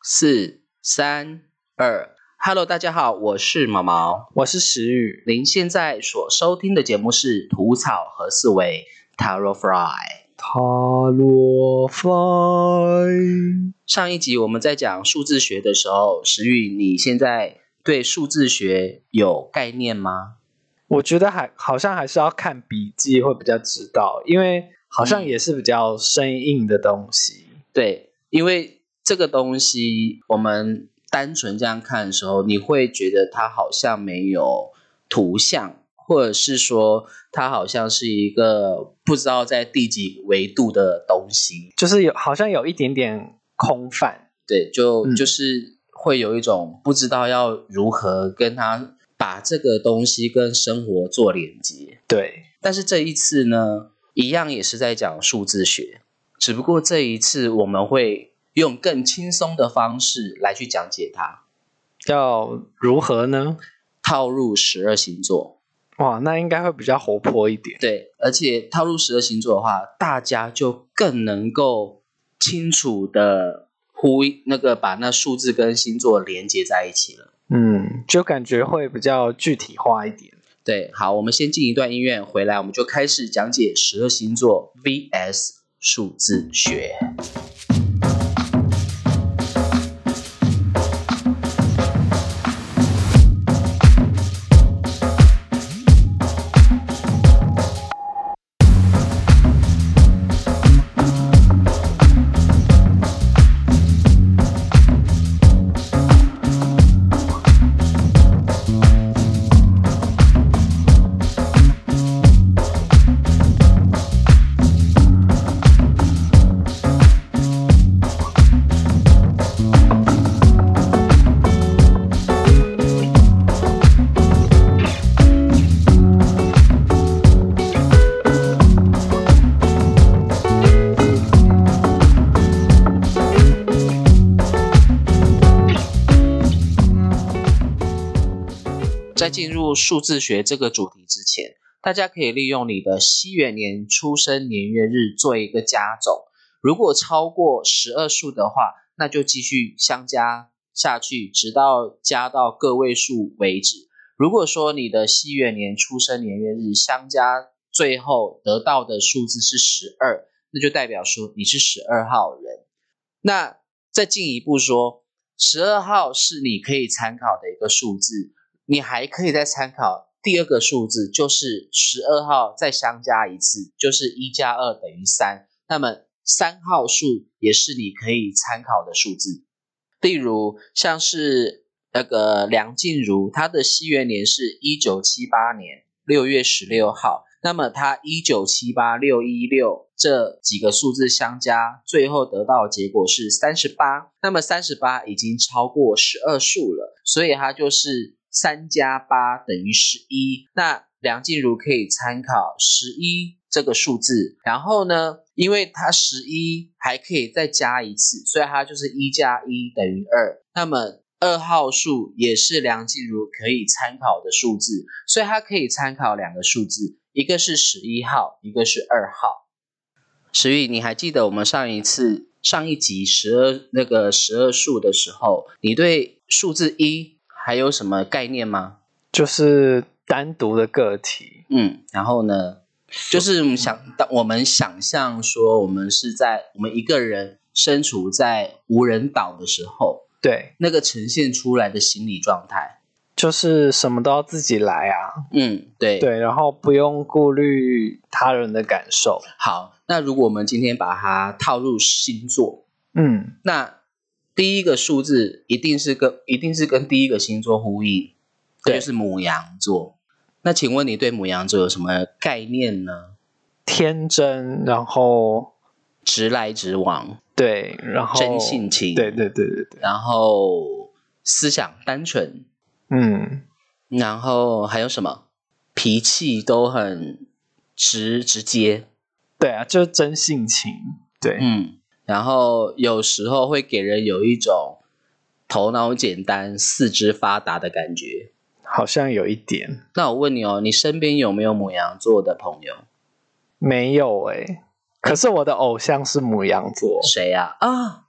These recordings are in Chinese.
4、3、2，Hello， 大家好，我是毛毛， 我是石宇。 您现在所收听的节目是吐草和思维 Taro Fry。 塔罗牌。 上一集我们在讲数字学的时候，石宇，你现在对数字学有概念吗？ 我觉得好像还是要看笔记会比较知道，因为好像也是比较生硬的东西。 对，因为这个东西我们单纯这样看的时候，你会觉得它好像没有图像，或者是说它好像是一个不知道在第几维度的东西， 就是好像有一点点空泛。 对，就是会有一种不知道要如何跟它把这个东西跟生活做连接。 对， 但是这一次呢，一样也是在讲数字学，只不过这一次我们会用更轻松的方式来去讲解它。 要如何呢？ 套入12星座。 哇，那应该会比较活泼一点。 对，而且套入12星座的话，大家就更能够清楚的把那数字跟星座连接在一起了。 就感觉会比较具体化一点。 对，好，我们先进一段音乐，回来我们就开始讲解12星座 vs 数字学。在进入数字学这个主题之前，大家可以利用你的西元年出生年月日做一个加总，如果超过12数的话，那就继续相加下去，直到加到个位数为止。如果说你的西元年出生年月日相加最后得到的数字是12，那就代表说你是12号人。那再进一步说，12号是你可以参考的一个数字，你还可以再参考第二个数字，就是12号再相加一次，就是1加2等于3。那么3号数也是你可以参考的数字。例如像是那个梁静茹，她的西元年是1978年6月16号，那么她1978、616这几个数字相加，最后得到的结果是38。那么38已经超过12数了，所以它就是3加8等于11。那梁静茹可以参考11这个数字，然后呢，因为它11还可以再加一次，所以它就是1加1等于2。那么2号数也是梁静茹可以参考的数字，所以它可以参考两个数字，一个是11号，一个是2号。石宇，你还记得我们上一集12数的时候，你对数字1还有什么概念吗？ 就是单独的个体。 然后呢，就是我们想象说我们一个人身处在无人岛的时候， 对， 那个呈现出来的心理状态， 就是什么都要自己来啊。 对， 然后不用顾虑他人的感受。 好，那如果我们今天把它套入星座，那第一个数字一定是跟第一个星座呼应，这就是牡羊座。那请问你对牡羊座有什么概念呢？ 天真，然后直来直往， 对，然后真性情， 对， 然后思想单纯，然后还有什么？脾气都很直接， 对啊，就是真性情，对， 然后有时候会给人有一种头脑简单、四肢发达的感觉。 好像有一点。 那我问你哦，你身边有没有牡羊座的朋友？ 没有可是我的偶像是牡羊座。 谁呀？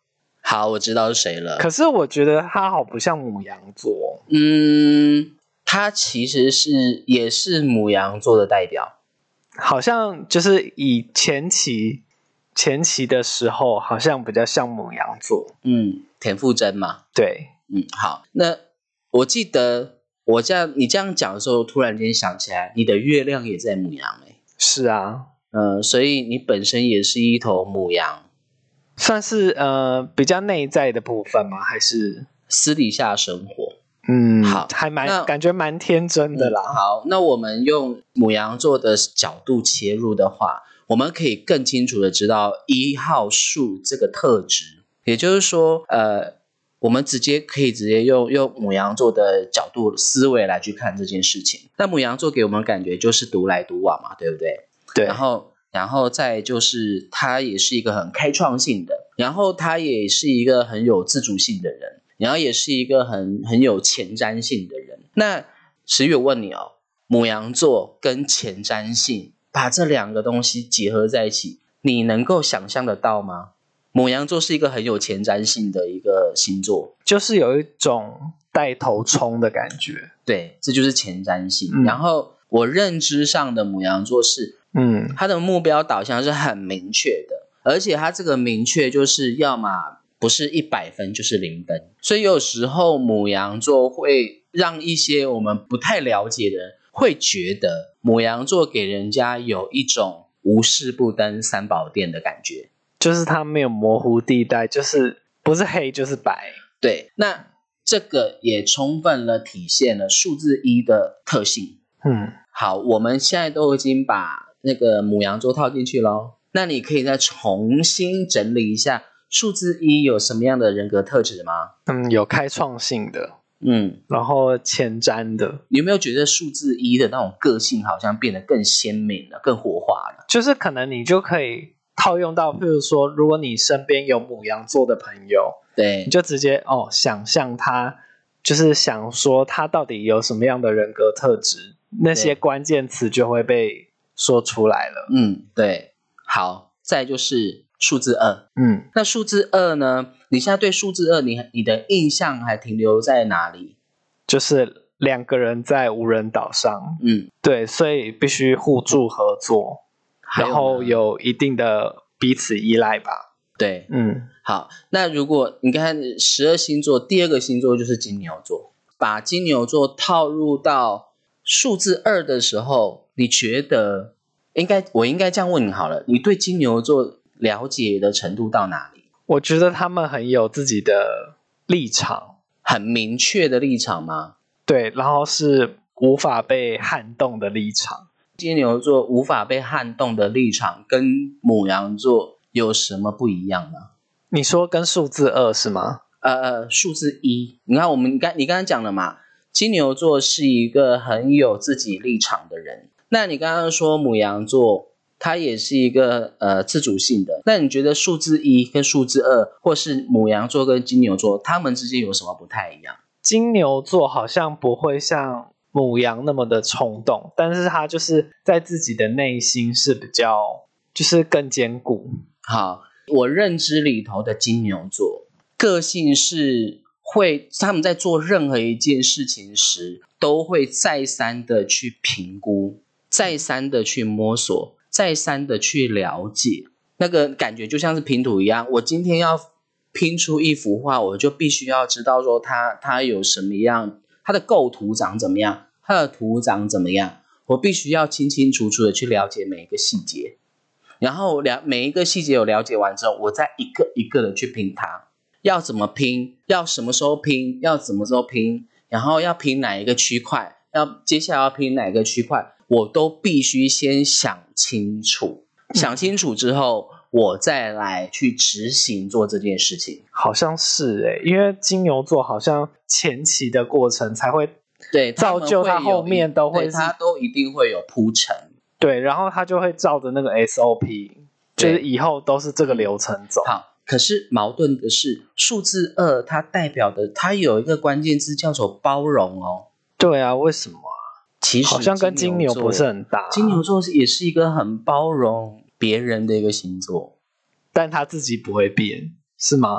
好，我知道是谁了。 可是我觉得他好不像牡羊座。 他其实也是牡羊座的代表， 好像就是以前期的时候，好像比较像牡羊座。 田馥甄嘛。 对， 好，那我记得你这样讲的时候，突然间想起来，你的月亮也在牡羊是啊， 所以你本身也是一头牡羊， 算是比较内在的部分吗？还是私底下生活？好， 还感觉蛮天真的啦。 好，那我们用牡羊座的角度切入的话，我们可以更清楚的知道1号数这个特质，也就是说，我们可以直接用牡羊座的角度思维来去看这件事情。那牡羊座给我们感觉就是独来独往嘛，对不对？ 对。 然后再就是他也是一个很开创性的，然后他也是一个很有自主性的人，然后也是一个很有前瞻性的人。那石宇，我问你哦，牡羊座跟前瞻性，把这两个东西结合在一起，你能够想象得到吗？牡羊座是一个很有前瞻性的一个星座， 就是有一种带头冲的感觉。 对，这就是前瞻性。然后我认知上的牡羊座是他的目标导向是很明确的，而且他这个明确就是要么不是100分就是0分，所以有时候牡羊座会让一些我们不太了解的人会觉得牡羊座给人家有一种无事不登三宝殿的感觉， 就是他没有模糊地带，就是不是黑就是白。 对，那这个也充分了体现了数字1的特性。好，我们现在都已经把那个牡羊座套进去咯，那你可以再重新整理一下数字1有什么样的人格特质吗？ 有开创性的，然后前瞻的。 你有没有觉得数字1的那种个性好像变得更鲜明了，更活化了？ 就是可能你就可以套用到，譬如说，如果你身边有牡羊座的朋友， 对， 你就直接想象他，就是想说他到底有什么样的人格特质，那些关键词就会被说出来了。 对。好，再就是数字2。那数字2呢？你现在对数字2，你的印象还停留在哪里？ 就是2个人在无人岛上。对，所以必须互助合作，然后有一定的彼此依赖吧。 对，好，那如果你看12星座，第2个星座就是金牛座，把金牛座套入到数字2的时候，你觉得我应该这样问你好了，你对金牛座了解的程度到哪里？ 我觉得他们很有自己的立场， 很明确的立场吗？ 对，然后是无法被撼动的立场。 金牛座无法被撼动的立场跟牡羊座有什么不一样呢？ 你说跟数字2是吗？ 数字1，你看你刚才讲了嘛，金牛座是一个很有自己立场的人，那你刚刚说牡羊座它也是一个自主性的，那你觉得数字1跟数字2，或是牡羊座跟金牛座，他们之间有什么不太一样？ 金牛座好像不会像牡羊那么的冲动，但是他就是在自己的内心是比较就是更坚固。 好，我认知里头的金牛座个性是他们在做任何一件事情时都会再三的去评估，再三的去摸索，再三的去了解，那个感觉就像是拼图一样，我今天要拼出一幅画，我就必须要知道说它有什么样，它的构图长怎么样，它的图长怎么样，我必须要清清楚楚的去了解每一个细节，然后每一个细节有了解完之后，我再一个一个的去拼它，要怎么拼，要什么时候拼，要什么时候拼，然后要拼哪一个区块，接下来要拼哪个区块，我都必须先想清楚，想清楚之后我再来去执行做这件事情。 好像是因为金牛座好像前期的过程才会造就他后面都会他都一定会有铺陈， 对，然后他就会照着那个 SOP， 就是以后都是这个流程走。 好，可是矛盾的是数字2它代表的，它有一个关键字叫做包容哦。 对啊，为什么啊？ 其实好像跟金牛不是很大。 金牛座也是一个很包容别人的一个星座， 但他自己不会变，是吗？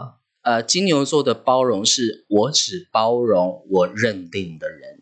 金牛座的包容是我只包容我认定的人。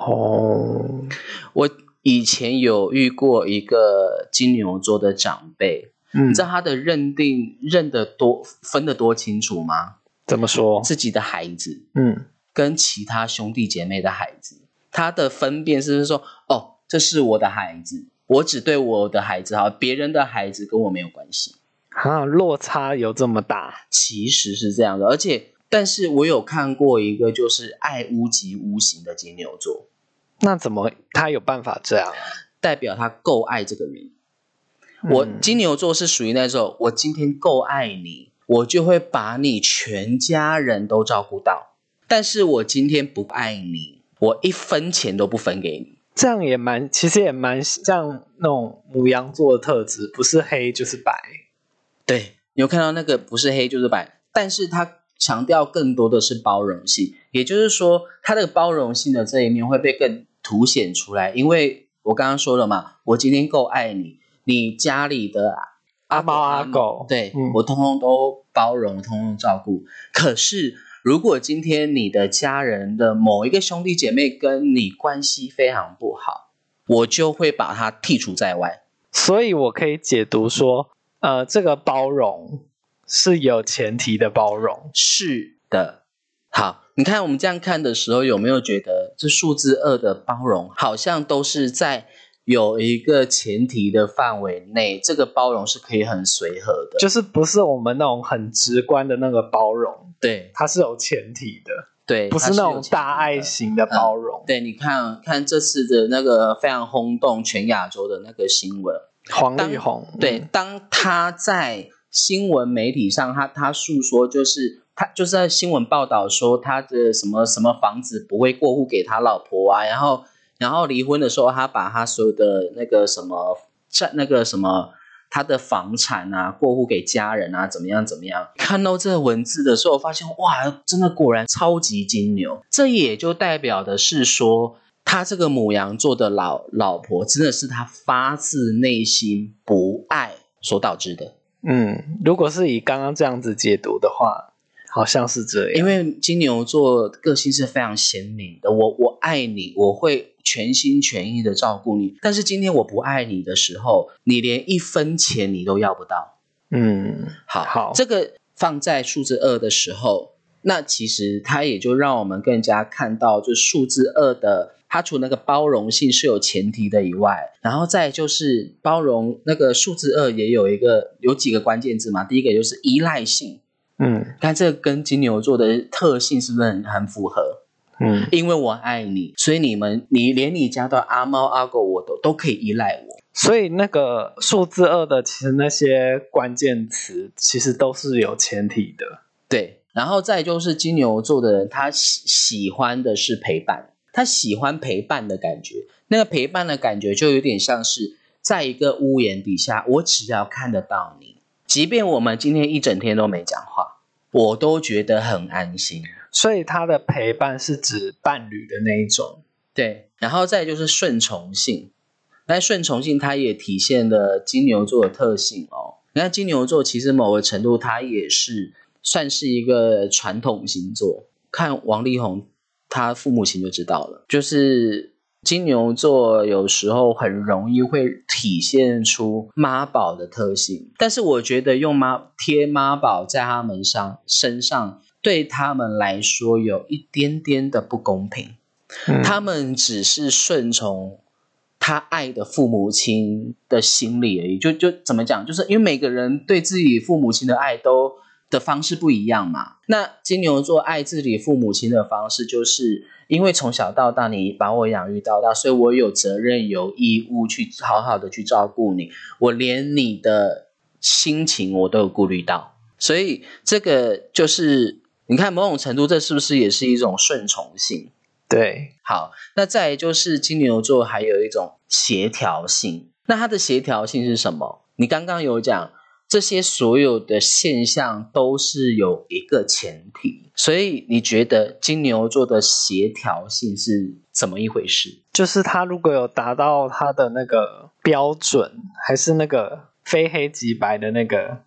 我以前有遇过一个金牛座的长辈，你知道他的认定分得多清楚吗？ 怎么说？ 自己的孩子，跟其他兄弟姐妹的孩子，他的分辨是不是说，这是我的孩子，我只对我的孩子好，别人的孩子跟我没有关系。 落差有这么大？ 其实是这样的，但是我有看过一个就是爱屋及乌型的金牛座。 那怎么他有办法这样？ 代表他够爱这个人。我金牛座是属于那种，我今天够爱你，我就会把你全家人都照顾到。但是我今天不爱你，我一分钱都不分给你。 这样其实也蛮像那种牡羊座的特质，不是黑就是白。 对，你有看到那个不是黑就是白，但是他强调更多的是包容性，也就是说他的包容性的这一面会被更凸显出来。因为我刚刚说了嘛，我今天够爱你，你家里的阿猫阿狗， 对，我通通都包容，通通照顾。可是如果今天你的家人的某一个兄弟姐妹跟你关系非常不好，我就会把他剔除在外。 所以我可以解读说这个包容是有前提的包容。 是的。好，你看我们这样看的时候，有没有觉得这数字2的包容好像都是在有一个前提的范围内，这个包容是可以很随和的， 就是不是我们那种很直观的那个包容。 对， 它是有前提的。 对， 不是那种大爱型的包容。 对，你看这次的那个非常轰动全亚洲的那个新闻， 黄力宏， 对，当他在新闻媒体上，他诉说，他就是在新闻报道说他的什么房子不会过户给他老婆啊，然后离婚的时候，他把他所有的那个什么他的房产啊过户给家人啊，怎么样。看到这个文字的时候，我发现哇，真的果然超级金牛。这也就代表的是说，他这个牡羊座的老婆真的是他发自内心不爱所导致的。 如果是以刚刚这样子解读的话，好像是这样。 因为金牛座个性是非常鲜明的，我爱你，我会全心全意的照顾你，但是今天我不爱你的时候，你连1分钱你都要不到。好，这个放在数字2的时候，那其实它也就让我们更加看到，就数字2的它除了那个包容性是有前提的以外，然后再就是包容那个数字2也有几个关键字嘛。第一个就是依赖性。看这个跟金牛座的特性是不是很符合？因为我爱你，所以你连你家的阿猫阿狗我都可以依赖我。 所以那个数字2的其实那些关键词其实都是有前提的。 对，然后再就是金牛座的人，他喜欢的是陪伴，他喜欢陪伴的感觉。那个陪伴的感觉就有点像是在一个屋檐底下，我只要看得到你，即便我们今天一整天都没讲话，我都觉得很安心。 所以他的陪伴是指伴侣的那一种。 对，然后再就是顺从性。那顺从性它也体现了金牛座的特性哦。你看金牛座其实某个程度它也是算是一个传统星座，看王力宏他父母亲就知道了，就是金牛座有时候很容易会体现出妈宝的特性，但是我觉得用贴妈宝在他们身上对他们来说有一点点的不公平。他们只是顺从他爱的父母亲的心理而已，就怎么讲，就是因为每个人对自己父母亲的爱的方式不一样嘛。那金牛座爱自己父母亲的方式，就是因为从小到大你把我养育到大，所以我有责任有义务去好好的去照顾你，我连你的心情我都有顾虑到。所以这个就是你看某种程度这是不是也是一种顺从性？ 对， 好，那再来就是金牛座还有一种协调性。那它的协调性是什么？你刚刚有讲这些所有的现象都是有一个前提，所以你觉得金牛座的协调性是怎么一回事？ 就是他如果有达到他的那个标准，还是那个非黑即白的那个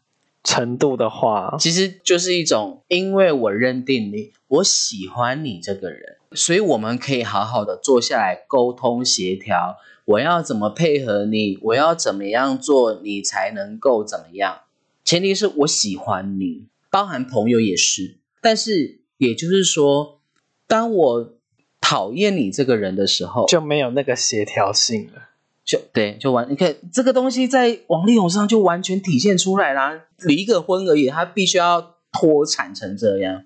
程度的话， 其实就是一种，因为我认定你，我喜欢你这个人，所以我们可以好好的坐下来沟通协调，我要怎么配合你，我要怎么样做你才能够怎么样，前提是我喜欢你，包含朋友也是。但是也就是说，当我讨厌你这个人的时候， 就没有那个协调性了。 你看这个东西在王力宏上就完全体现出来啦。离个婚而已，他必须要脱产成这样。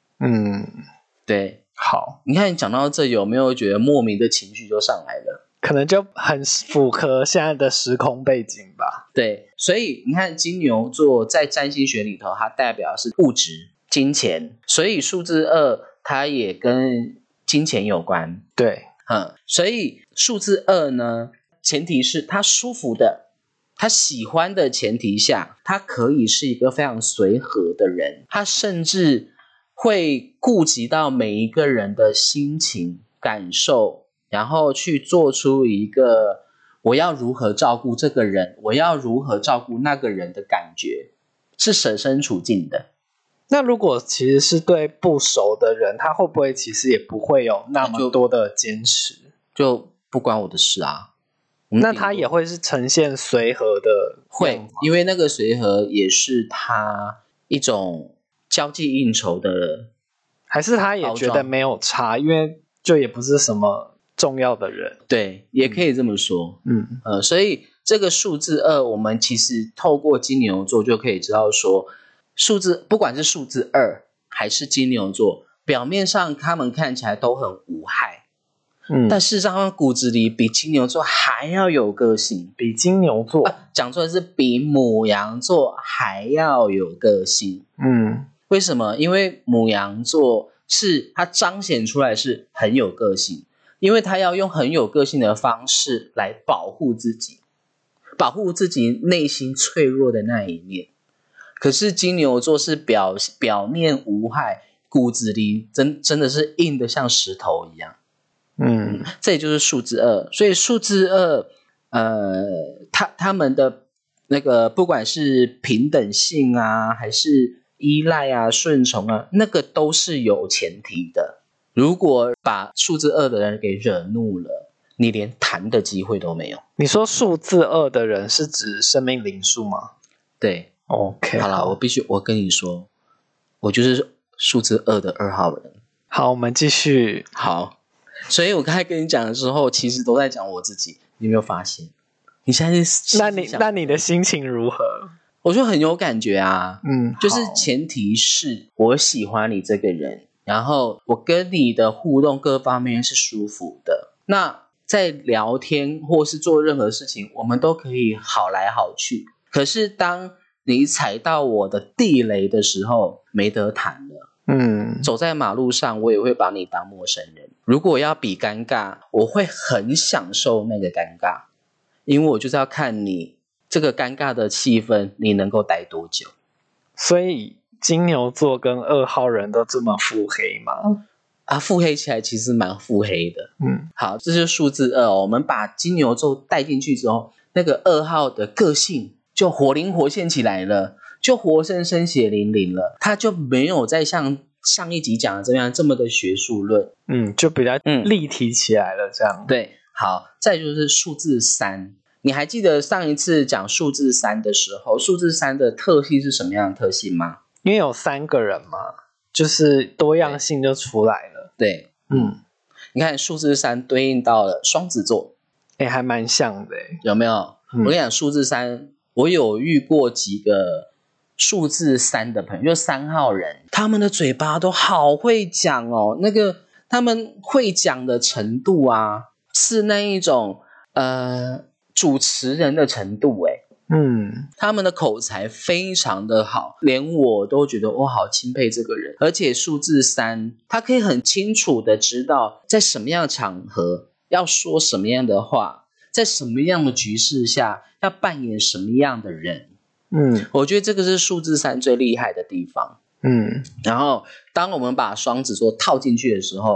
对， 好， 你看讲到这，有没有觉得莫名的情绪就上来了？ 可能就很符合现在的时空背景吧。 对，所以你看金牛座在占星学里头，它代表的是物质、金钱，所以数字2它也跟金钱有关。 对， 所以数字2呢，前提是他舒服的，他喜欢的前提下，他可以是一个非常随和的人，他甚至会顾及到每一个人的心情感受，然后去做出一个我要如何照顾这个人，我要如何照顾那个人的感觉，是设身处境的。 那如果其实是对不熟的人，他会不会其实也不会有那么多的坚持？ 就不关我的事啊。 那他也会是呈现随和的， 会，因为那个随和也是他一种交际应酬的， 还是他也觉得没有差，因为就也不是什么重要的人。 对，也可以这么说。所以这个数字2，我们其实透过金牛座就可以知道说，不管是数字2还是金牛座，表面上他们看起来都很无害。但事实上，他们骨子里比金牛座还要有个性， 比金牛座讲错的是比牡羊座还要有个性。为什么？因为牡羊座是它彰显出来是很有个性，因为它要用很有个性的方式来保护自己，保护自己内心脆弱的那一面。可是金牛座是表面无害，骨子里真的是硬的像石头一样。这也就是数字2，所以数字2，他们的那个不管是平等性啊，还是依赖啊、顺从啊，那个都是有前提的。如果把数字2的人给惹怒了，你连谈的机会都没有。 你说数字2的人是指生命灵数吗？ 对 ，OK， 好啦，我跟你说，我就是数字2的2号人。 好，我们继续。 好。所以我刚才跟你讲的时候，其实都在讲我自己，你有没有发现？你现在是那你的心情如何？ 我就很有感觉啊。就是前提是我喜欢你这个人，然后我跟你的互动各方面是舒服的。那在聊天或是做任何事情，我们都可以好来好去。可是当你踩到我的地雷的时候，没得谈了。走在马路上，我也会把你当陌生人。如果要比尴尬，我会很享受那个尴尬，因为我就是要看你这个尴尬的气氛，你能够待多久。 所以金牛座跟2号人都这么腹黑吗？ 腹黑起来其实蛮腹黑的。好，这就是数字2。我们把金牛座带进去之后，那个2号的个性就活灵活现起来了。就活生生血淋淋了，他就没有再像上一集讲的这么的学术论， 就比较立体起来了这样。 对，好，再就是数字3，你还记得上一次讲数字3的时候，数字3的特性是什么样的特性吗？ 因为有3个人嘛，就是多样性就出来了。 对，你看数字3对应到了双子座， 还蛮像的， 有没有？我跟你讲，数字3，我有遇过几个数字3的朋友，就3号人，他们的嘴巴都好会讲哦，那个他们会讲的程度啊，是那一种主持人的程度他们的口才非常的好，连我都觉得我好钦佩这个人。而且数字3，他可以很清楚的知道在什么样的场合要说什么样的话，在什么样的局势下要扮演什么样的人。我觉得这个是数字3最厉害的地方。然后当我们把双子座套进去的时候，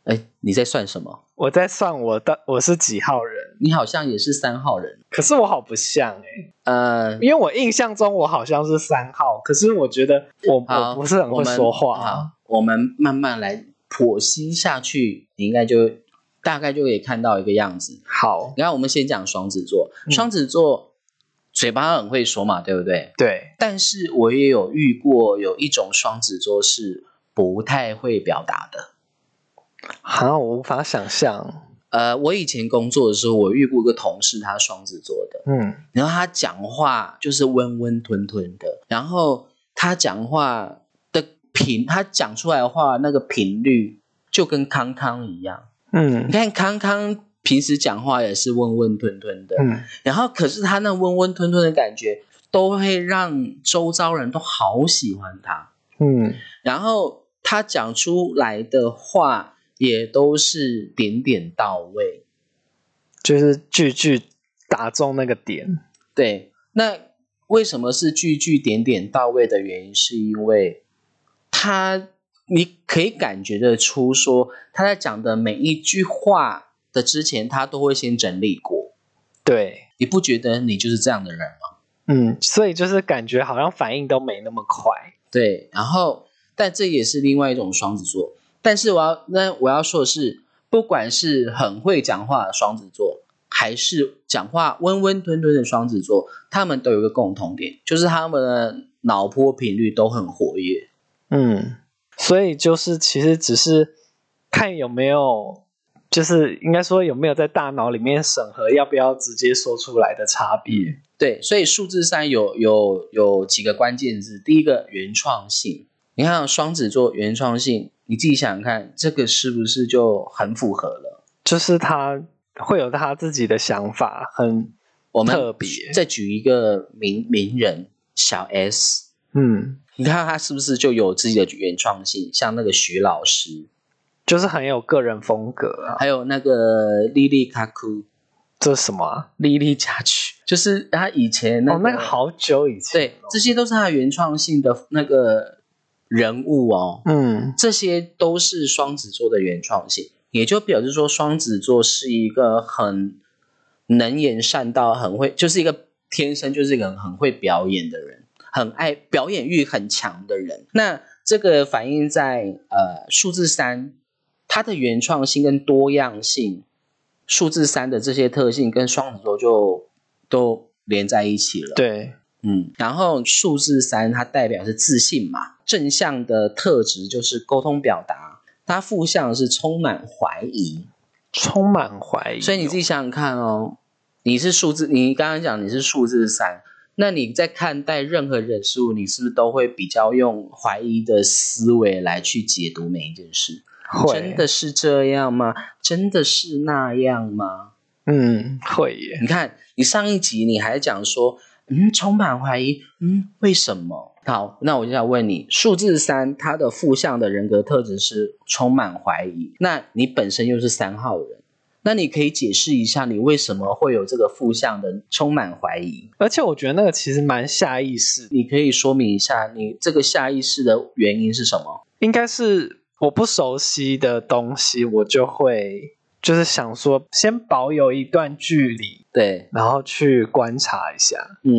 你在算什么？ 我在算我是几号人？ 你好像也是3号人， 可是我好不像因为我印象中我好像是3号，可是我觉得我不是很会说话。 好，我们慢慢来剖析下去，你应该大概就可以看到一个样子。 好， 然后我们先讲双子座，双子座嘴巴很会说嘛，对不对？ 对。 但是我也有遇过有一种双子座是不太会表达的。 我无法想象。 我以前工作的时候，我遇过一个同事，他是双子座的，然后他讲话就是温温吞吞的，然后他讲话的他讲出来的话那个频率就跟康康一样，你看康康平时讲话也是温温吞吞的，然后可是他那温温吞吞的感觉都会让周遭人都好喜欢他，然后他讲出来的话也都是点点到位， 就是句句打中那个点。 对，那为什么是句句点点到位的原因，是因为你可以感觉得出说他在讲的每一句话的之前，他都会先整理过。 对， 你不觉得你就是这样的人吗？ 所以就是感觉好像反应都没那么快。 对，然后但这也是另外一种双子座。但是我要说的是，不管是很会讲话的双子座，还是讲话温温吞吞的双子座，他们都有一个共同点，就是他们的脑波频率都很活跃。 所以就是其实只是看有没有，就是应该说有没有在大脑里面审核要不要直接说出来的差别。 对，所以数字3有几个关键字，第一个原创性。你看双子座原创性，你自己想想看，这个是不是就很符合了？ 就是他会有他自己的想法，很特别。 再举一个名人小 S，你看他是不是就有自己的原创性？像那个徐老师， 就是很有个人风格啊。 还有那个莉莉卡库， 这是什么啊？ 莉莉家居，就是他以前那个好久以前。 对，这些都是他原创性的那个人物哦。这些都是双子座的原创性，也就表示说双子座是一个很能言善道，很会，就是一个天生就是一个很会表演的人，很爱表演欲很强的人。那这个反映在数字3，它的原创性跟多样性，数字3的这些特性跟双子座就都连在一起了。 对， 然后数字3它代表是自信嘛，正向的特质就是沟通表达，它负向是充满怀疑。 充满怀疑。 所以你自己想想看哦，你刚刚讲你是数字3，那你在看待任何人事物，你是不是都会比较用怀疑的思维来去解读每一件事？真的是这样吗？真的是那样吗？ 会耶。 你看，你上一集你还讲说，充满怀疑，为什么？好，那我就想问你，数字3它的负向的人格特质是充满怀疑，那你本身又是3号人，那你可以解释一下你为什么会有这个负向的充满怀疑？ 而且我觉得那个其实蛮下意识， 你可以说明一下你这个下意识的原因是什么？ 应该是我不熟悉的东西，我就会就是想说先保有一段距离， 对， 然后去观察一下。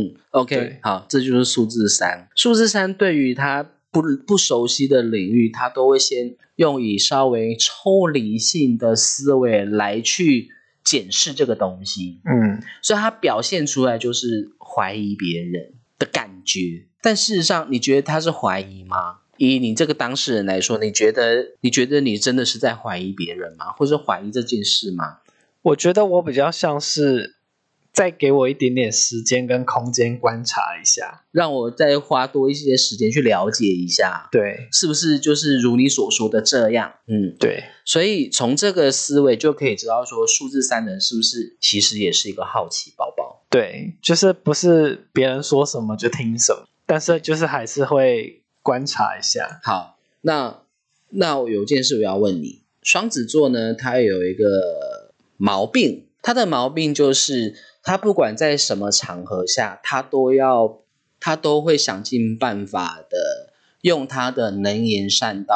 OK， 好，这就是数字3。数字3对于他不熟悉的领域，他都会先用以稍微抽离性的思维来去检视这个东西。所以他表现出来就是怀疑别人的感觉。但事实上，你觉得他是怀疑吗？以你这个当事人来说，你觉得你真的是在怀疑别人吗？或者怀疑这件事吗？ 我觉得我比较像是再给我一点点时间跟空间观察一下， 让我再花多一些时间去了解一下， 对， 是不是就是如你所说的这样？ 对。 所以从这个思维就可以知道说，数字3的人是不是其实也是一个好奇宝宝？ 对，就是不是别人说什么就听什么，但是就是还是会观察一下。 好，那我有件事我要问你，双子座呢，他有一个毛病，他的毛病就是他不管在什么场合下，他都会想尽办法的用他的能言善道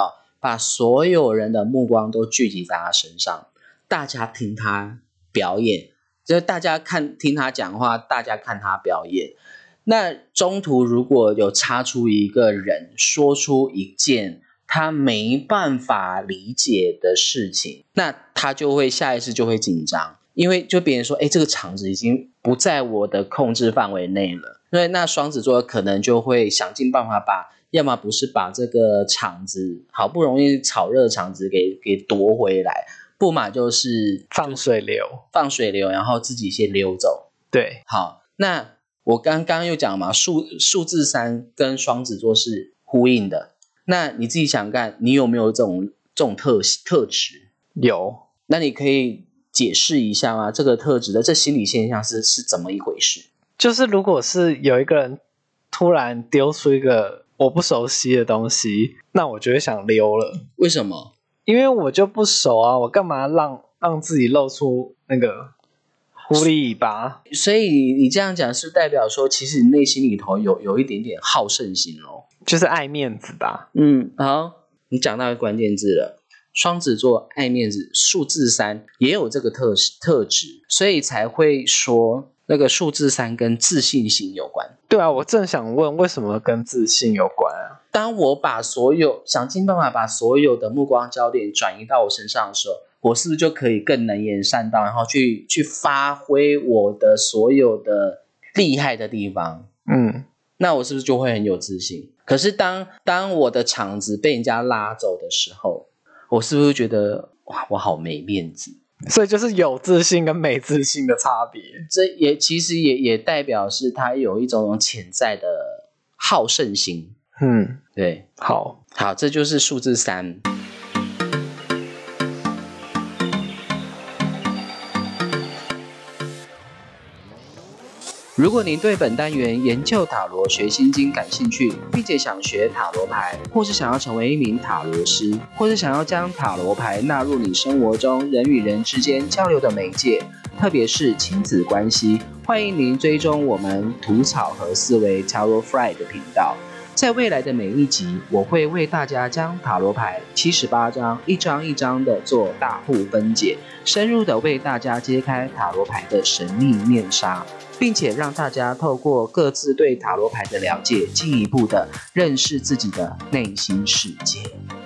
把所有人的目光都聚集在他身上，大家听他表演，就是大家听他讲话，大家看他表演。那中途如果有插出一个人说出一件他没办法理解的事情，那他就会下意识就会紧张，因为就别人说这个场子已经不在我的控制范围内了。所以那双子座可能就会想尽办法要么不是把这个场子好不容易炒热的场子给夺回来，不嘛就是放水流， 然后自己先溜走。 对， 好，那我刚刚又讲嘛，数字3跟双子座是呼应的。那你自己想看，你有没有这种特质？ 有。 那你可以解释一下吗？这个特质的这心理现象是怎么一回事？ 就是如果是有一个人突然丢出一个我不熟悉的东西，那我就会想溜了。 为什么？ 因为我就不熟啊，我干嘛让自己露出那个狐狸尾巴？ 所以你这样讲是代表说，其实你内心里头有一点点好胜心哦， 就是爱面子吧。 好，你讲到关键字了。双子座爱面子，数字3也有这个特质，所以才会说那个数字3跟自信心有关。 对啊，我正想问为什么跟自信有关啊？ 当我想尽办法把所有的目光焦点转移到我身上的时候，我是不是就可以更能言善道，然后去发挥我的所有的厉害的地方？那我是不是就会很有自信？可是当我的场子被人家拉走的时候，我是不是觉得哇，我好没面子？ 所以就是有自信跟没自信的差别。 这其实也代表是他有一种潜在的好胜心。对，好，这就是数字3。如果您对本单元研究塔罗学心经感兴趣，并且想学塔罗牌，或是想要成为一名塔罗师，或是想要将塔罗牌纳入你生活中人与人之间交流的媒介，特别是亲子关系，欢迎您追踪我们吐草和思维 Tarot Fry 的频道。在未来的每一集，我会为大家将塔罗牌78张一张一张的做大户分解，深入的为大家揭开塔罗牌的神秘面纱，并且让大家透过各自对塔罗牌的了解，进一步的认识自己的内心世界。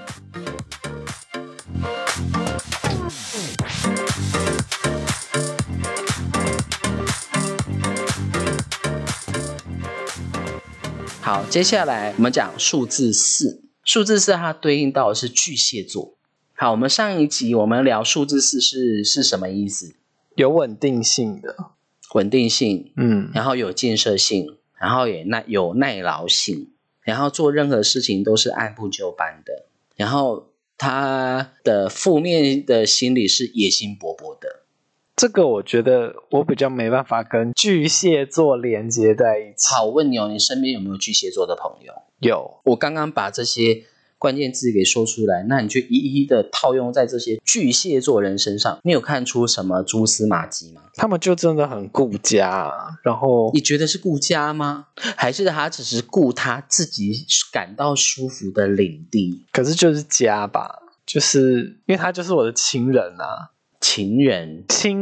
好，接下来我们讲数字4。数字4它对应到的是巨蟹座。好，我们上一集我们聊数字4是什么意思？ 有稳定性的。 稳定性，然后有建设性，然后也有耐劳性，然后做任何事情都是按部就班的，然后他的负面的心理是野心勃勃的。 这个我觉得我比较没办法跟巨蟹座连接在一起。 好，我问你哦，你身边有没有巨蟹座的朋友？ 有。 我刚刚把这些关键字给说出来，那你就一一的套用在这些巨蟹座人身上，你有看出什么蛛丝马迹吗？ 他们就真的很顾家，然后你觉得是顾家吗？还是他只是顾他自己感到舒服的领地？ 可是就是家吧，就是因为他就是我的亲人啊。 亲人，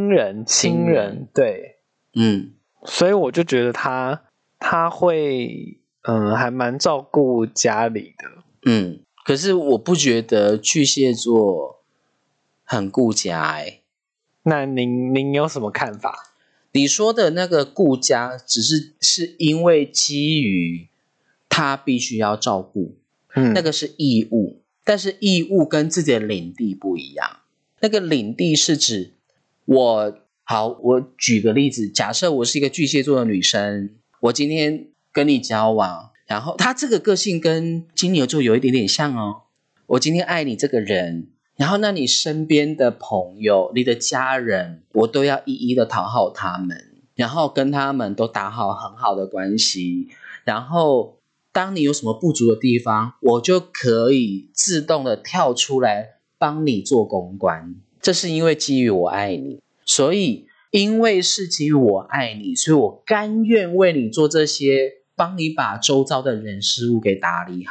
对，所以我就觉得他会还蛮照顾家里的。 可是我不觉得巨蟹座很顾家那您有什么看法？ 你说的那个顾家只是因为基于他必须要照顾，那个是义务，但是义务跟自己的领地不一样。那个领地是指我举个例子，假设我是一个巨蟹座的女生，我今天跟你交往，然后他这个个性跟金牛座有一点点像哦。我今天爱你这个人，然后那你身边的朋友、你的家人，我都要一一的讨好他们，然后跟他们都打好很好的关系，然后当你有什么不足的地方，我就可以自动的跳出来帮你做公关。这是因为基于我爱你，所以因为是基于我爱你，所以我甘愿为你做这些，帮你把周遭的人事物给打理好。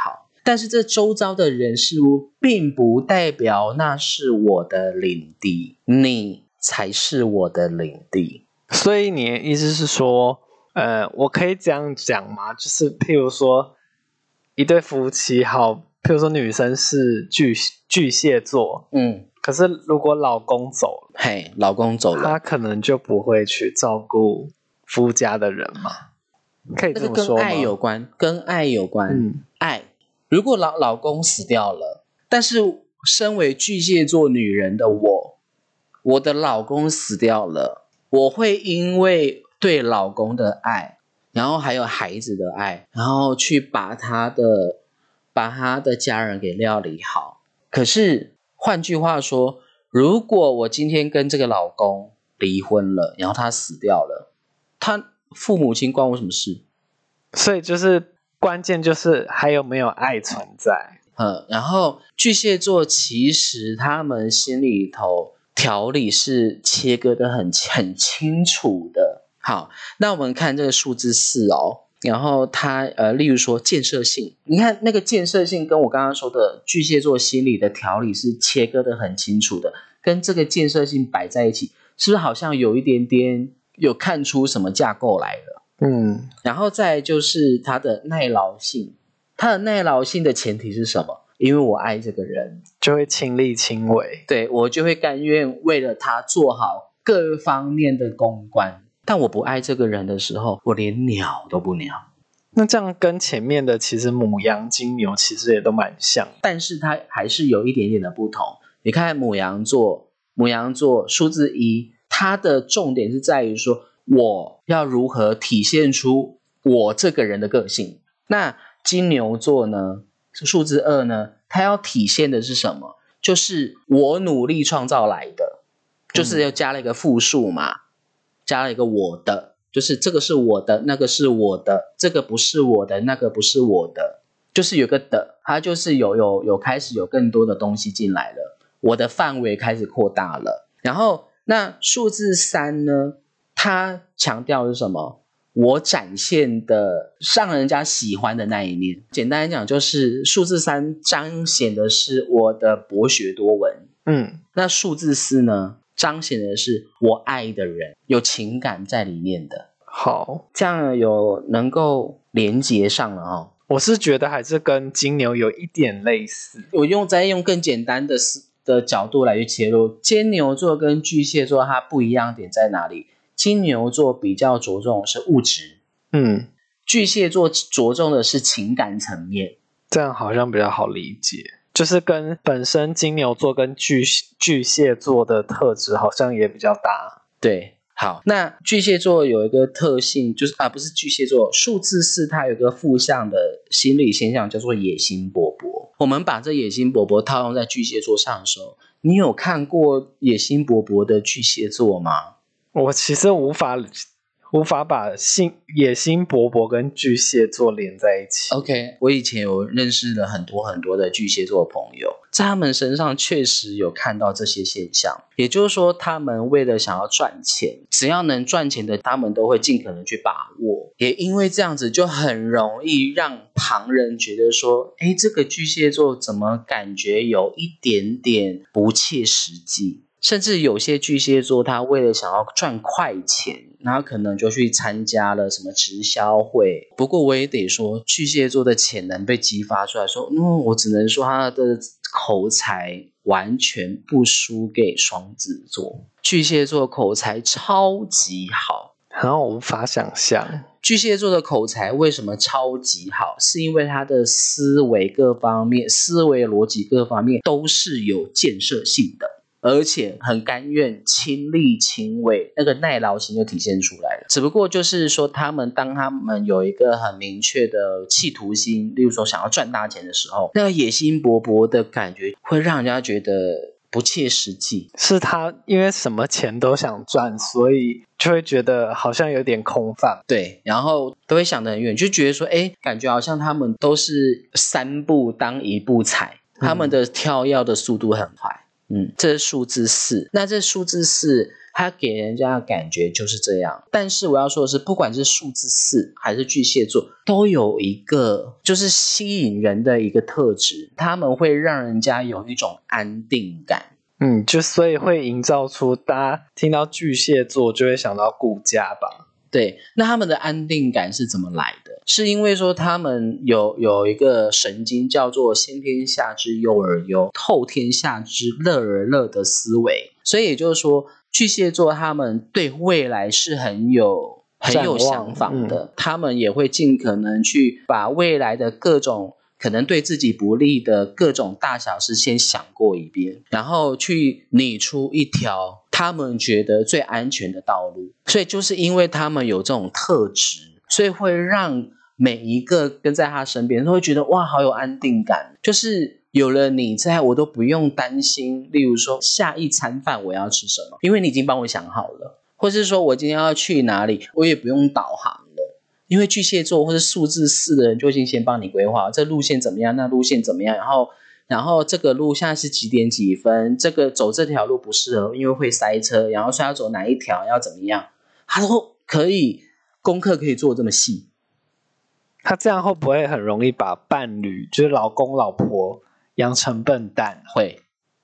但是这周遭的人事物并不代表那是我的领地，你才是我的领地。 所以你的意思是说，我可以这样讲吗？就是譬如说一对夫妻好，譬如说女生是巨蟹座，可是如果老公走了， 老公走了， 他可能就不会去照顾夫家的人嘛？可以这么说吗？ 跟爱有关，跟爱有关。爱，如果老公死掉了，但是身为巨蟹座女人的我的老公死掉了，我会因为对老公的爱，然后还有孩子的爱，然后去把他的家人给料理好。可是换句话说，如果我今天跟这个老公离婚了，然后他死掉了，他父母亲关我什么事？ 所以就是关键就是还有没有爱存在。 然后巨蟹座其实他们心里头条理是切割的很清楚的。好，那我们看这个数字4哦，然后它例如说建设性，你看那个建设性跟我刚刚说的巨蟹座心里的条理是切割的很清楚的，跟这个建设性摆在一起，是不是好像有一点点有看出什么架构来了？然后再来就是它的耐劳性，它的耐劳性的前提是什么？因为我爱这个人， 就会亲力亲为， 对，我就会甘愿为了他做好各方面的公关。但我不爱这个人的时候，我连鸟都不鸟。 那这样跟前面的其实牡羊、金牛其实也都蛮像， 但是它还是有一点点的不同。你看牡羊座数字1，它的重点是在于说我要如何体现出我这个人的个性。那金牛座呢，数字2呢，它要体现的是什么？就是我努力创造来的，就是要加了一个复数嘛，加了一个我的，就是这个是我的，那个是我的，这个不是我的，那个不是我的，就是有个的，它就是有开始有更多的东西进来了，我的范围开始扩大了。然后那数字3呢，它强调的是什么？我展现的让人家喜欢的那一面。简单来讲，就是数字3彰显的是我的博学多闻，那数字4呢，彰显的是我爱的人，有情感在里面的。 好， 这样有能够连接上了哦。 我是觉得还是跟金牛有一点类似。 我再用更简单的角度来去切入，金牛座跟巨蟹座它不一样点在哪里？金牛座比较着重的是物质，巨蟹座着重的是情感层面。 这样好像比较好理解，就是跟本身金牛座跟巨蟹座的特质好像也比较大。 对，好，那巨蟹座有一个特性，就是不是巨蟹座，数字4它有一个负向的心理现象，叫做野心勃勃。我们把这野心勃勃套用在巨蟹座上的时候，你有看过野心勃勃的巨蟹座吗？ 我其实无法把野心勃勃跟巨蟹座连在一起。 OK， 我以前有认识了很多的巨蟹座朋友，在他们身上确实有看到这些现象。也就是说，他们为了想要赚钱，只要能赚钱的，他们都会尽可能去把握。也因为这样子，就很容易让旁人觉得说，这个巨蟹座怎么感觉有一点点不切实际。甚至有些巨蟹座他为了想要赚快钱，然后可能就去参加了什么直销会。不过我也得说，巨蟹座的潜能被激发出来说，我只能说他的口才完全不输给双子座。巨蟹座口才超级好， 然后我无法想象巨蟹座的口才为什么超级好，是因为他的思维各方面，思维逻辑各方面都是有建设性的，而且很甘愿亲力亲为，那个耐劳性就体现出来了。只不过就是说，当他们有一个很明确的企图心，例如说想要赚大钱的时候，那个野心勃勃的感觉会让人家觉得不切实际。 是他因为什么钱都想赚，所以就会觉得好像有点空泛。 对，然后都会想得很远，就觉得说，感觉好像他们都是3步当1步踩，他们的跳跃的速度很快。这是数字4。那这数字4 他给人家的感觉就是这样。但是我要说的是，不管是数字4还是巨蟹座，都有一个就是吸引人的一个特质，他们会让人家有一种安定感。 就所以会营造出大家听到巨蟹座就会想到顾家吧。 对，那他们的安定感是怎么来的？是因为说他们有一个神经叫做先天下之忧而忧，后天下之乐而乐的思维。所以也就是说，巨蟹座他们对未来是很有想法的，他们也会尽可能去把未来的各种可能对自己不利的各种大小事先想过一遍，然后去拟出一条他们觉得最安全的道路。所以就是因为他们有这种特质，所以会让每一个跟在他身边都会觉得哇好有安定感，就是有了你在，我都不用担心例如说下一餐饭我要吃什么，因为你已经帮我想好了，或是说我今天要去哪里我也不用导航了，因为巨蟹座或是数字4的人就已经先帮你规划这路线怎么样，那路线怎么样，然后这个路现在是几点几分，这个走这条路不适合因为会塞车，然后说要走哪一条要怎么样，他都可以，功课可以做这么细。 他这样会不会很容易把伴侣就是老公老婆养成笨蛋？ 会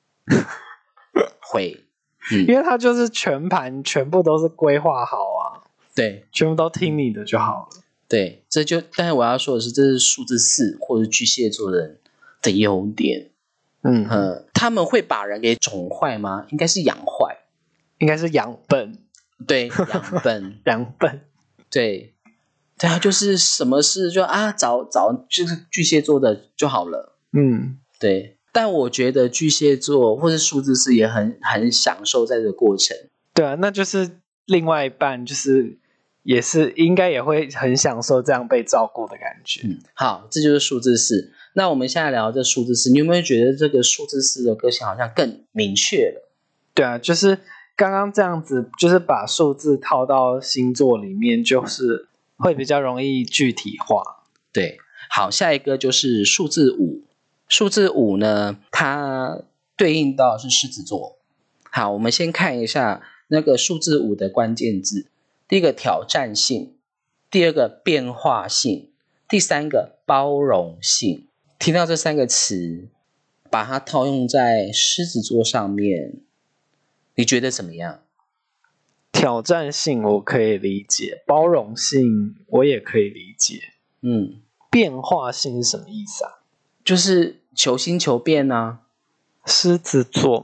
会因为他就是全盘全部都是规划好啊， 对， 全部都听你的就好了。 对，但是我要说的是，这是数字4或者巨蟹座的人的优点。他们会把人给宠坏吗？应该是养坏， 应该是养笨。 对，养笨养笨。 对啊，就是什么事就找就是巨蟹座的就好了。对。但我觉得巨蟹座或是数字4也很享受在这个过程。 对啊，那就是另外一半就是也是应该也会很享受这样被照顾的感觉。 好，这就是数字4。那我们现在聊这数字4，你有没有觉得这个数字4的个性好像更明确了？ 对啊，就是刚刚这样子，就是把数字套到星座里面，就是会比较容易具体化。 对，好，下一个就是数字5。数字5呢，它对应到是狮子座。好，我们先看一下那个数字5的关键字。第一个挑战性，第二个变化性，第三个包容性。听到这3个词，把它套用在狮子座上面，你觉得怎么样？ 挑战性我可以理解，包容性我也可以理解。变化性是什么意思啊？ 就是求新求变啊。 狮子座，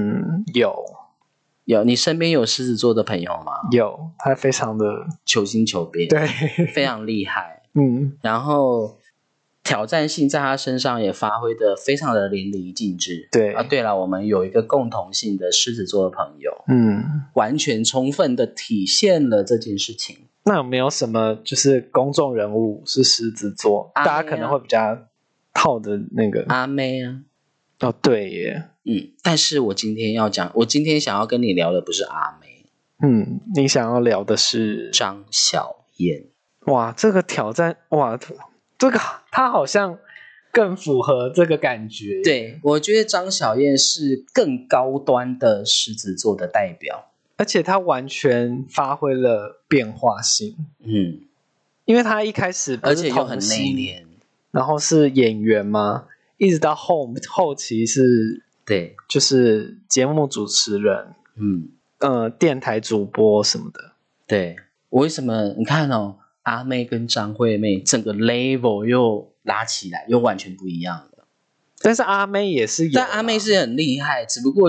有， 你身边有狮子座的朋友吗？ 有，他非常的求新求变， 对， 非常厉害。然后挑战性在他身上也发挥的非常的淋漓尽致。 对对了，我们有一个共同性的狮子座的朋友，完全充分的体现了这件事情。 那有没有什么就是公众人物是狮子座，大家可能会比较套的那个阿妹啊？ 对耶。 但是我今天想要跟你聊的不是阿妹。 你想要聊的是张小燕。 哇，这个挑战，哇，这个他好像更符合这个感觉。 对，我觉得张小燕是更高端的狮子座的代表， 而且他完全发挥了变化性。因为他一开始不是而且又很内敛， 然后是演员嘛，一直到后期是， 对， 就是节目主持人，电台主播什么的。对， 为什么你看哦？阿妹跟张惠妹整个 level 又拉起来，又完全不一样了。 但是阿妹也是有， 但阿妹是很厉害，只不过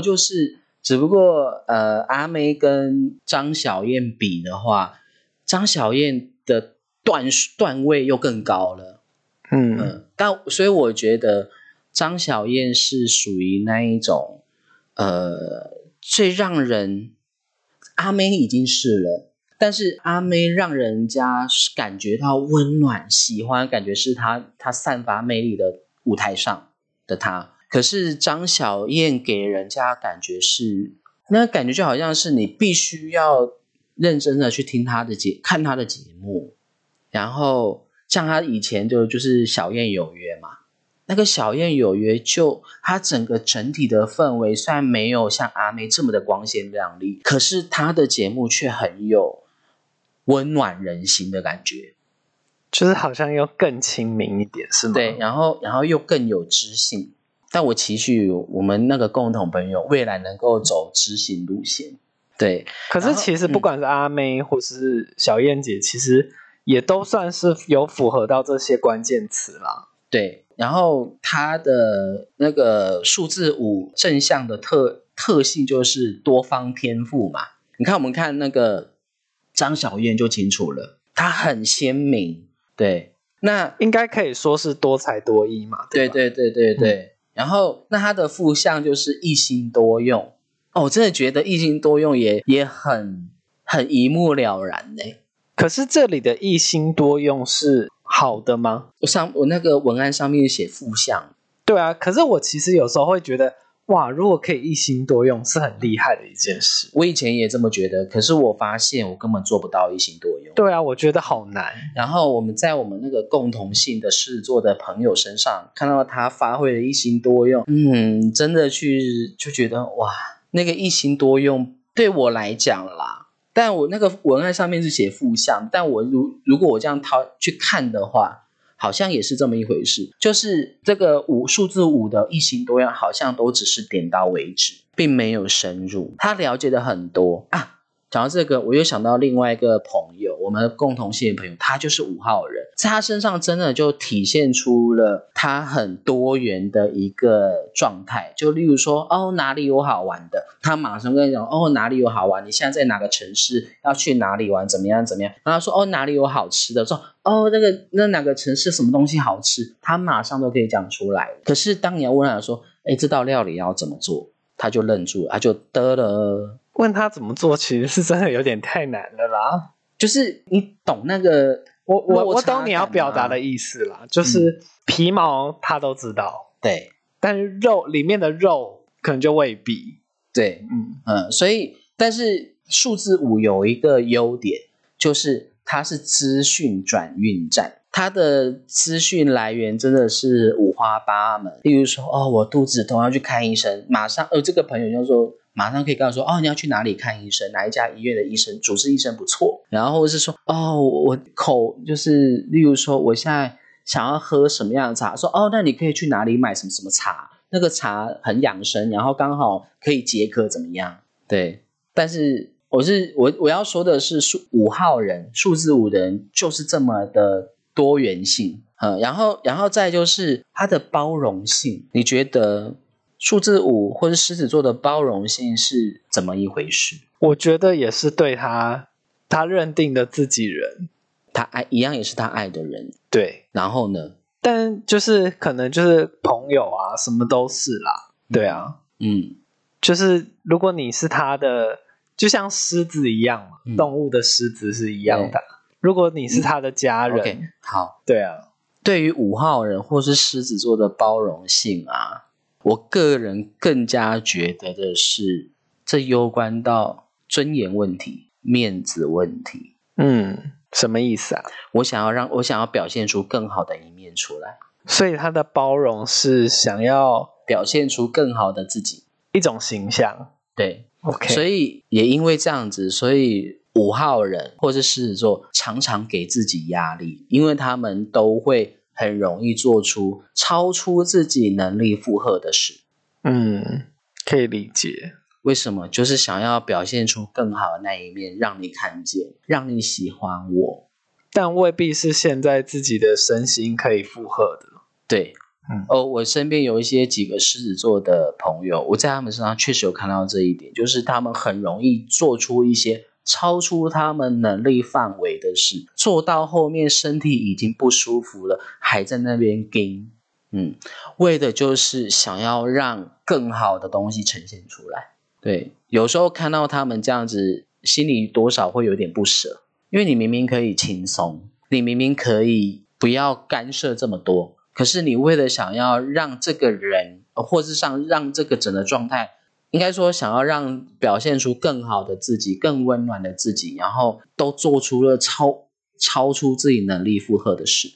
阿妹跟张小燕比的话，张小燕的段位又更高了。所以我觉得张小燕是属于那一种最让人，阿妹已经是了。但是阿妹让人家感觉到温暖喜欢，感觉是她散发魅力的舞台上的她。可是张小燕给人家感觉是，那感觉就好像是你必须要认真的去听看她的节目，然后像她以前就是小燕有约嘛， 那个小燕有约就它整体的氛围虽然没有像阿妹这么的光鲜亮丽，可是它的节目却很有温暖人心的感觉， 就是好像又更亲民一点，是吗？ 对，然后又更有知性。但我期许我们那个共同朋友未来能够走知性路线。对， 可是其实不管是阿妹或是小燕姐，其实也都算是有符合到这些关键词啦。 对，然后它的那个数字5正向的特性就是多方天赋嘛。你看我们看那个张小燕就清楚了，她很鲜明。对，那应该可以说是多才多艺嘛。 对对对对对。然后那它的负向就是一心多用。我真的觉得一心多用也很一目了然欸。 可是这里的一心多用是好的吗？ 我那个文案上面写负向。 对啊，可是我其实有时候会觉得，哇，如果可以一心多用是很厉害的一件事。 我以前也这么觉得，可是我发现我根本做不到一心多用。 对啊，我觉得好难。 然后我们在我们那个共同性的狮子座的朋友身上看到他发挥了一心多用，真的就觉得哇，那个一心多用对我来讲啦，但我那个文案上面是写负向，但我如果我这样去看的话，好像也是这么一回事，就是这个数字5的一心多用好像都只是点到为止，并没有深入。他了解的很多啊。讲到这个，我又想到另外一个朋友，我们共同性的朋友，他就是5号人，在他身上真的就体现出了他很多元的一个状态。就例如说，哪里有好玩的，他马上跟你讲，哪里有好玩，你现在在哪个城市，要去哪里玩，怎么样。然后说，哪里有好吃的，说那哪个城市什么东西好吃，他马上都可以讲出来。可是当你要问他说，这道料理要怎么做，他就愣住了，他就得了。 问他怎么做其实是真的有点太难了啦。 就是你懂那个我懂你要表达的意思啦，就是皮毛他都知道， 对， 但是里面的肉可能就未必。 对，所以但是数字5有一个优点，就是它是资讯转运站，它的资讯来源真的是五花八门。例如说，我肚子痛要去看医生，马上这个朋友就说马上可以告诉说，你要去哪里看医生，哪一家医院的医生，主治医生不错。然后或者是说，我口就是例如说我现在想要喝什么样的茶，说那你可以去哪里买什么什么茶，那个茶很养生，然后刚好可以解渴怎么样。对，但是我要说的是5号人，数字5的人就是这么的多元性。然后再就是他的包容性，你觉得数字5或是狮子座的包容性是怎么一回事？ 我觉得也是对他认定的自己人， 他一样也是他爱的人。 对， 然后呢？ 但就是可能就是朋友啊，什么都是啦。对啊，就是如果你是他的，就像狮子一样嘛，动物的狮子是一样的。如果你是他的家人 ，OK， 好， 对啊。 对于5号人或是狮子座的包容性啊，我个人更加觉得的是，这攸关到尊严问题、面子问题。 什么意思啊？ 我想要表现出更好的一面出来， 所以他的包容是想要表现出更好的自己， 一种形象。 对 ，OK。 所以也因为这样子，所以5号人或是狮子座常常给自己压力，因为他们都会很容易做出超出自己能力负荷的事。 可以理解。 为什么？就是想要表现出更好的那一面，让你看见，让你喜欢我， 但未必是现在自己的身心可以负荷的。 对，我身边有几个狮子座的朋友，我在他们身上确实有看到这一点，就是他们很容易做出一些超出他们能力范围的事，做到后面身体已经不舒服了，还在那边跟，为的就是想要让更好的东西呈现出来。对，有时候看到他们这样子，心里多少会有点不舍，因为你明明可以轻松，你明明可以不要干涉这么多，可是你为了想要让这个人，或是让这个整个状态，应该说想要让表现出更好的自己，更温暖的自己，然后都做出了超出自己能力负荷的事。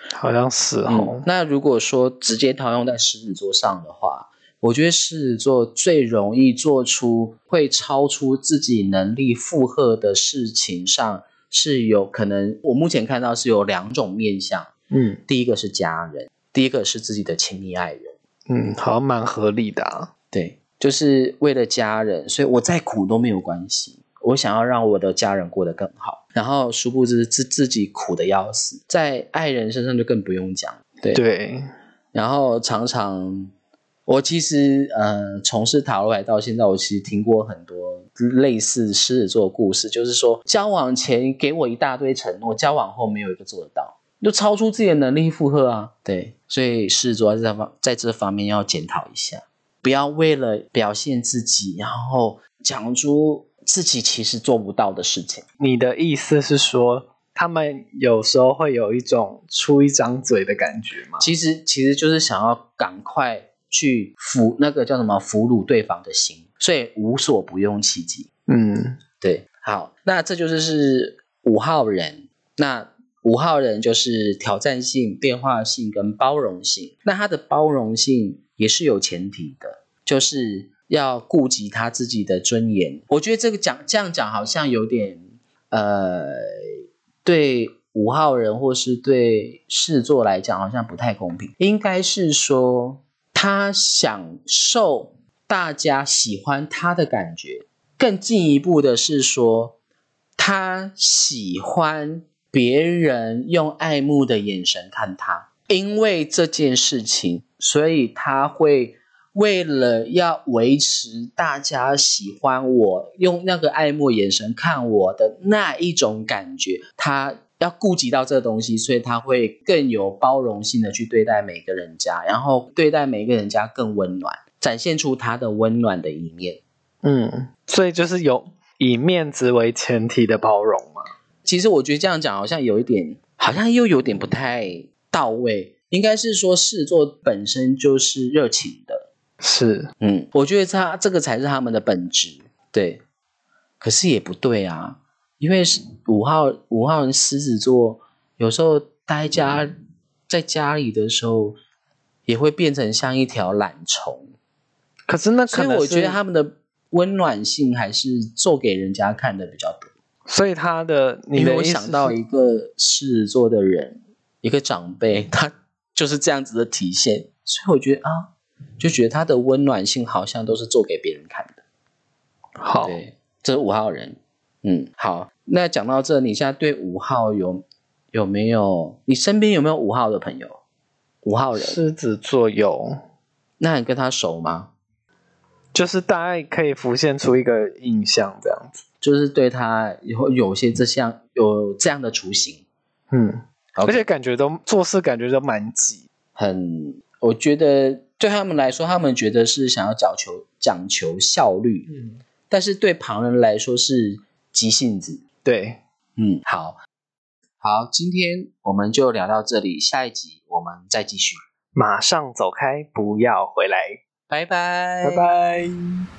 好像是那如果说直接套用在狮子座上的话，我觉得狮子座最容易做出会超出自己能力负荷的事情上，是有可能我目前看到是有2种面向。第一个是家人，第一个是自己的亲密爱人。 好像蛮合理的啊。 对，就是为了家人，所以我再苦都没有关系，我想要让我的家人过得更好。然后殊不知自己苦得要死，在爱人身上就更不用讲。 对。 然后常常我其实从事塔罗牌到现在，我其实听过很多类似狮子座的故事，就是说交往前给我一大堆承诺，交往后没有一个做得到，就超出自己的能力负荷啊。对，所以狮子座在这方面要检讨一下，不要为了表现自己，然后讲出自己其实做不到的事情。 你的意思是说他们有时候会有一种出一张嘴的感觉吗？ 其实就是想要赶快去俘虏对方的心，所以无所不用其极。对。好，那这就是5号人。那5号人就是挑战性、变化性跟包容性。那他的包容性也是有前提的，就是要顾及他自己的尊严。我觉得这样讲好像有点对5号人或是对狮子座来讲好像不太公平。应该是说他享受大家喜欢他的感觉，更进一步的是说他喜欢别人用爱慕的眼神看他。因为这件事情，所以他会为了要维持大家喜欢我，用那个爱慕眼神看我的那一种感觉，他要顾及到这个东西，所以他会更有包容性的去对待每个人家，然后对待每个人家更温暖，展现出他的温暖的一面。 所以就是有以面子为前提的包容嘛。 其实我觉得这样讲好像又有点不太到位。应该是说狮子座本身就是热情的。 是。 我觉得这个才是他们的本质。对。可是也不对啊，因为5号人狮子座有时候在家里的时候也会变成像一条懒虫。 可是那可能是， 所以我觉得他们的温暖性还是做给人家看的比较多。 所以因为我想到一个狮子座的人，一个长辈，他就是这样子的体现，所以我觉得就觉得他的温暖性好像都是做给别人看的。 好， 对，这是5号人。好，那讲到这，你现在对5号有没有？你身边有没有5号的朋友？5号人， 狮子座有。 那你跟他熟吗？ 就是大概可以浮现出一个印象，这样子， 就是对他有些有这样的雏形。 而且感觉做事感觉都蛮急， 我觉得对他们来说，他们觉得是想要讲求效率，但是对旁人来说是急性子。 对。 好，今天我们就聊到这里，下一集我们再继续。 马上走开，不要回来。 拜拜， 拜拜。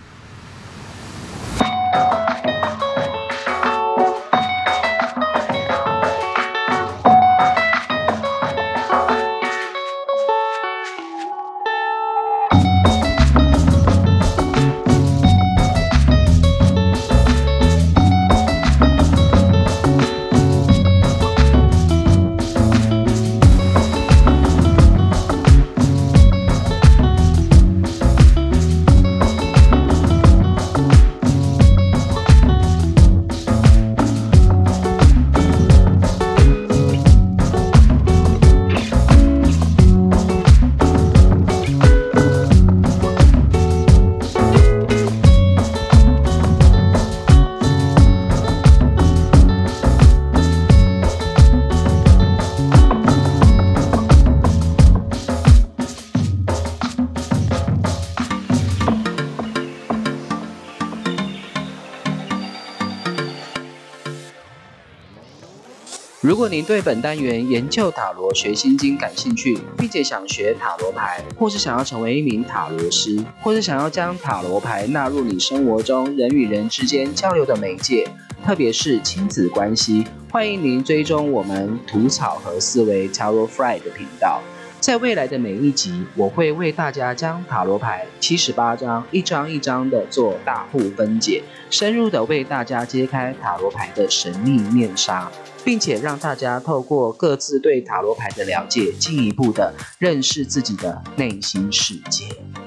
如果您对本单元研究塔罗学心经感兴趣，并且想学塔罗牌，或是想要成为一名塔罗师，或是想要将塔罗牌纳入你生活中人与人之间交流的媒介，特别是亲子关系， 欢迎您追踪我们吐草和思维 Tarot Fry 的频道。在未来的每一集，我会为大家将塔罗牌78张一张一张的做大户分解，深入的为大家揭开塔罗牌的神秘面纱，并且让大家透过各自对塔罗牌的了解，进一步的认识自己的内心世界。